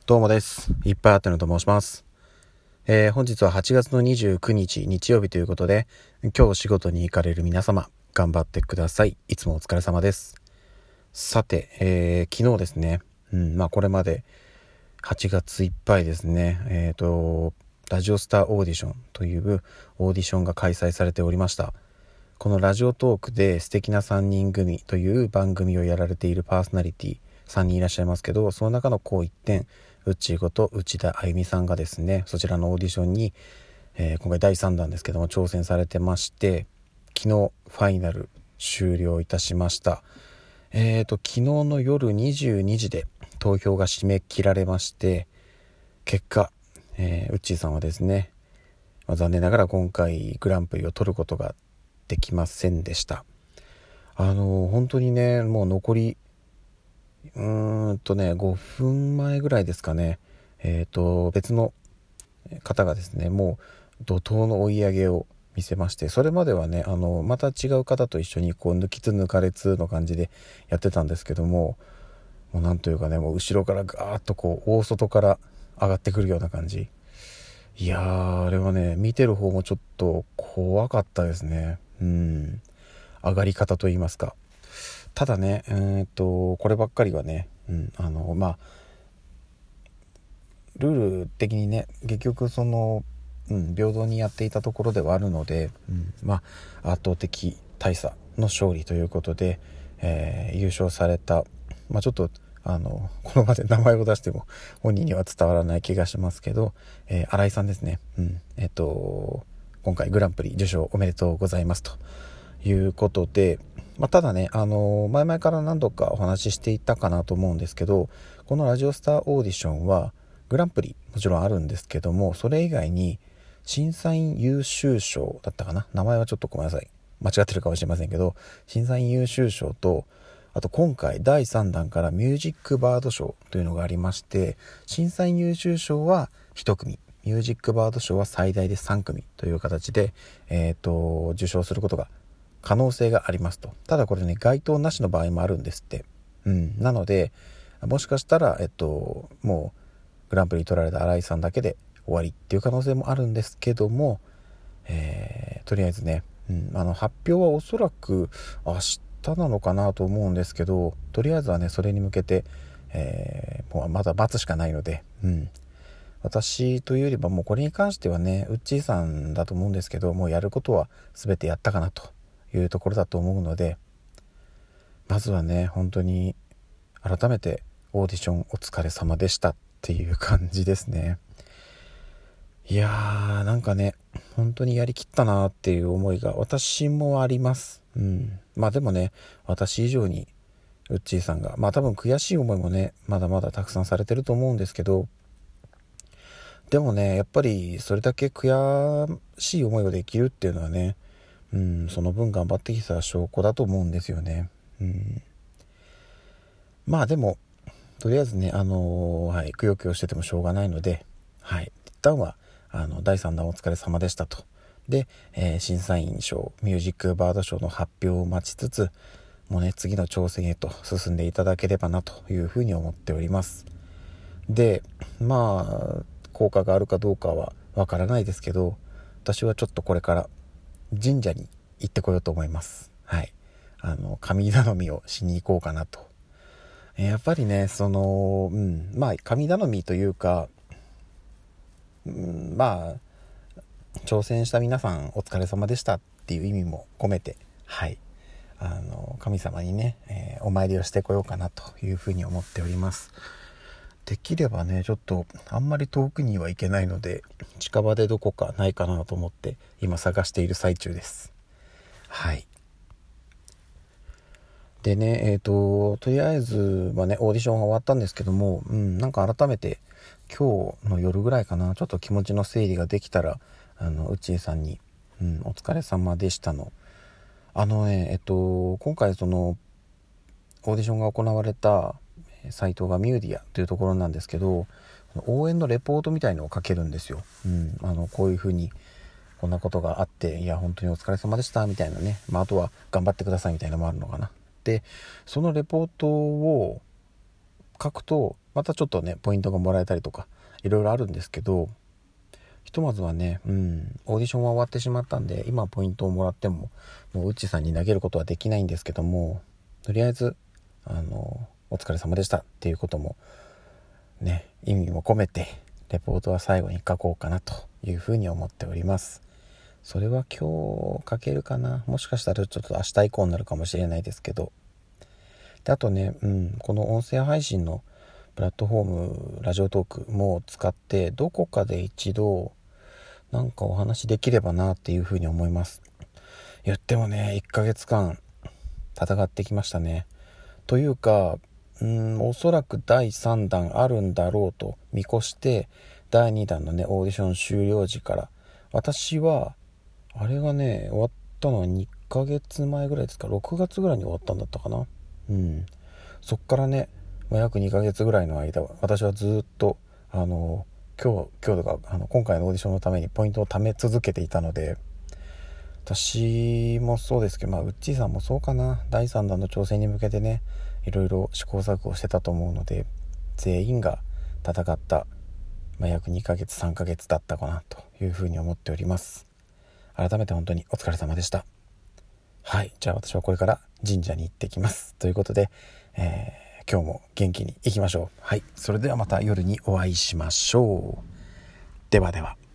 どうもです。いっぱいあってのと申します。本日は8月の29日日曜日ということで、今日仕事に行かれる皆様頑張ってください。いつもお疲れ様です。さて、昨日ですね、これまで8月いっぱいですね、ラジオスターオーディションというオーディションが開催されておりました。このラジオトークで素敵な3人組という番組をやられているパーソナリティ3人いらっしゃいますけど、その中のこう一点うちこと内田あゆみさんがですね、そちらのオーディションに、今回第3弾ですけども挑戦されてまして、昨日ファイナル終了いたしました。昨日の夜22時で投票が締め切られまして、結果、ウッチーさんはですね、残念ながら今回グランプリを取ることができませんでした。本当にね、もう残り5分前ぐらいですかね、別の方がですね、もう怒涛の追い上げを見せまして、それまではね、また違う方と一緒にこう抜きつ抜かれつの感じでやってたんですけども、もうなんというかね、もう後ろからガーッとこう大外から上がってくるような感じ。いやー、あれはね、見てる方もちょっと怖かったですね。上がり方といいますか。ただね、こればっかりはね、ルール的にね、結局その、平等にやっていたところではあるので、圧倒的大差の勝利ということで、優勝された、ちょっとこの場で名前を出しても本人には伝わらない気がしますけど、新井さんですね。今回グランプリ受賞おめでとうございますということで、ただね、前々から何度かお話ししていたかなと思うんですけど、このラジオスターオーディションはグランプリもちろんあるんですけども、それ以外に審査員優秀賞だったかな、名前はちょっとごめんなさい、間違ってるかもしれませんけど、審査員優秀賞と、あと今回第3弾からミュージックバード賞というのがありまして、審査員優秀賞は1組、ミュージックバード賞は最大で3組という形で、受賞することが可能性がありますと。ただこれね、該当なしの場合もあるんですって。なので、もしかしたら、もうグランプリ取られた新井さんだけで終わりっていう可能性もあるんですけども、とりあえずね、発表はおそらく明日なのかなと思うんですけど、とりあえずはね、それに向けて、もうまだ待つしかないので、私というよりはもうこれに関してはね、ウッチーさんだと思うんですけど、もうやることは全てやったかなというところだと思うので、まずはね、本当に改めてオーディションお疲れ様でしたっていう感じですね。いやー、なんかね、本当にやりきったなっていう思いが私もあります。でもね、私以上にウッチーさんが、多分悔しい思いもね、まだまだたくさんされてると思うんですけど、でもね、やっぱりそれだけ悔しい思いができるっていうのはね、その分頑張ってきた証拠だと思うんですよね。でもとりあえずね、くよくよしててもしょうがないので、一旦は第3弾お疲れ様でしたと。で、審査員賞、ミュージックバード賞の発表を待ちつつ、もうね、次の挑戦へと進んでいただければなというふうに思っております。で、効果があるかどうかはわからないですけど、私はちょっとこれから神社に行ってこようと思います。神頼みをしに行こうかなと。やっぱりね、神頼みというか、挑戦した皆さんお疲れ様でしたっていう意味も込めて、神様にね、お参りをしてこようかなというふうに思っております。できればね、ちょっとあんまり遠くには行けないので、近場でどこかないかなと思って今探している最中です。でね、とりあえずはね、オーディションが終わったんですけども、なんか改めて今日の夜ぐらいかな、ちょっと気持ちの整理ができたら、ウッチーさんに、お疲れ様でしたの。今回そのオーディションが行われたサイトがミューディアというところなんですけど、応援のレポートみたいのを書けるんですよ。こういう風にこんなことがあって、いや本当にお疲れ様でしたみたいなね、あとは頑張ってくださいみたいなのもあるのかな。でそのレポートを書くと、 またちょっとねポイントがもらえたりとかいろいろあるんですけど、ひとまずはね、オーディションは終わってしまったんで、今ポイントをもらってももううっちさんに投げることはできないんですけども、とりあえずお疲れ様でしたっていうこともね、意味も込めてレポートは最後に書こうかなというふうに思っております。それは今日書けるかな、もしかしたらちょっと明日以降になるかもしれないですけど、であとね、この音声配信のプラットフォームラジオトークも使ってどこかで一度なんかお話できればなっていうふうに思います。言ってもね1ヶ月間戦ってきましたね。というかおそらく第3弾あるんだろうと見越して第2弾のねオーディション終了時から、私はあれがね終わったのは2ヶ月前ぐらいですか、6月ぐらいに終わったんだったかな。そっからね、約2ヶ月ぐらいの間私はずっと今日とか今回のオーディションのためにポイントを貯め続けていたので、私もそうですけど、ウッチーさんもそうかな、第3弾の挑戦に向けてねいろいろ試行錯誤してたと思うので、全員が戦った、約2ヶ月3ヶ月だったかなというふうに思っております。改めて本当にお疲れ様でした。はい、じゃあ私はこれから神社に行ってきますということで、今日も元気に行きましょう。はい、それではまた夜にお会いしましょう。ではでは。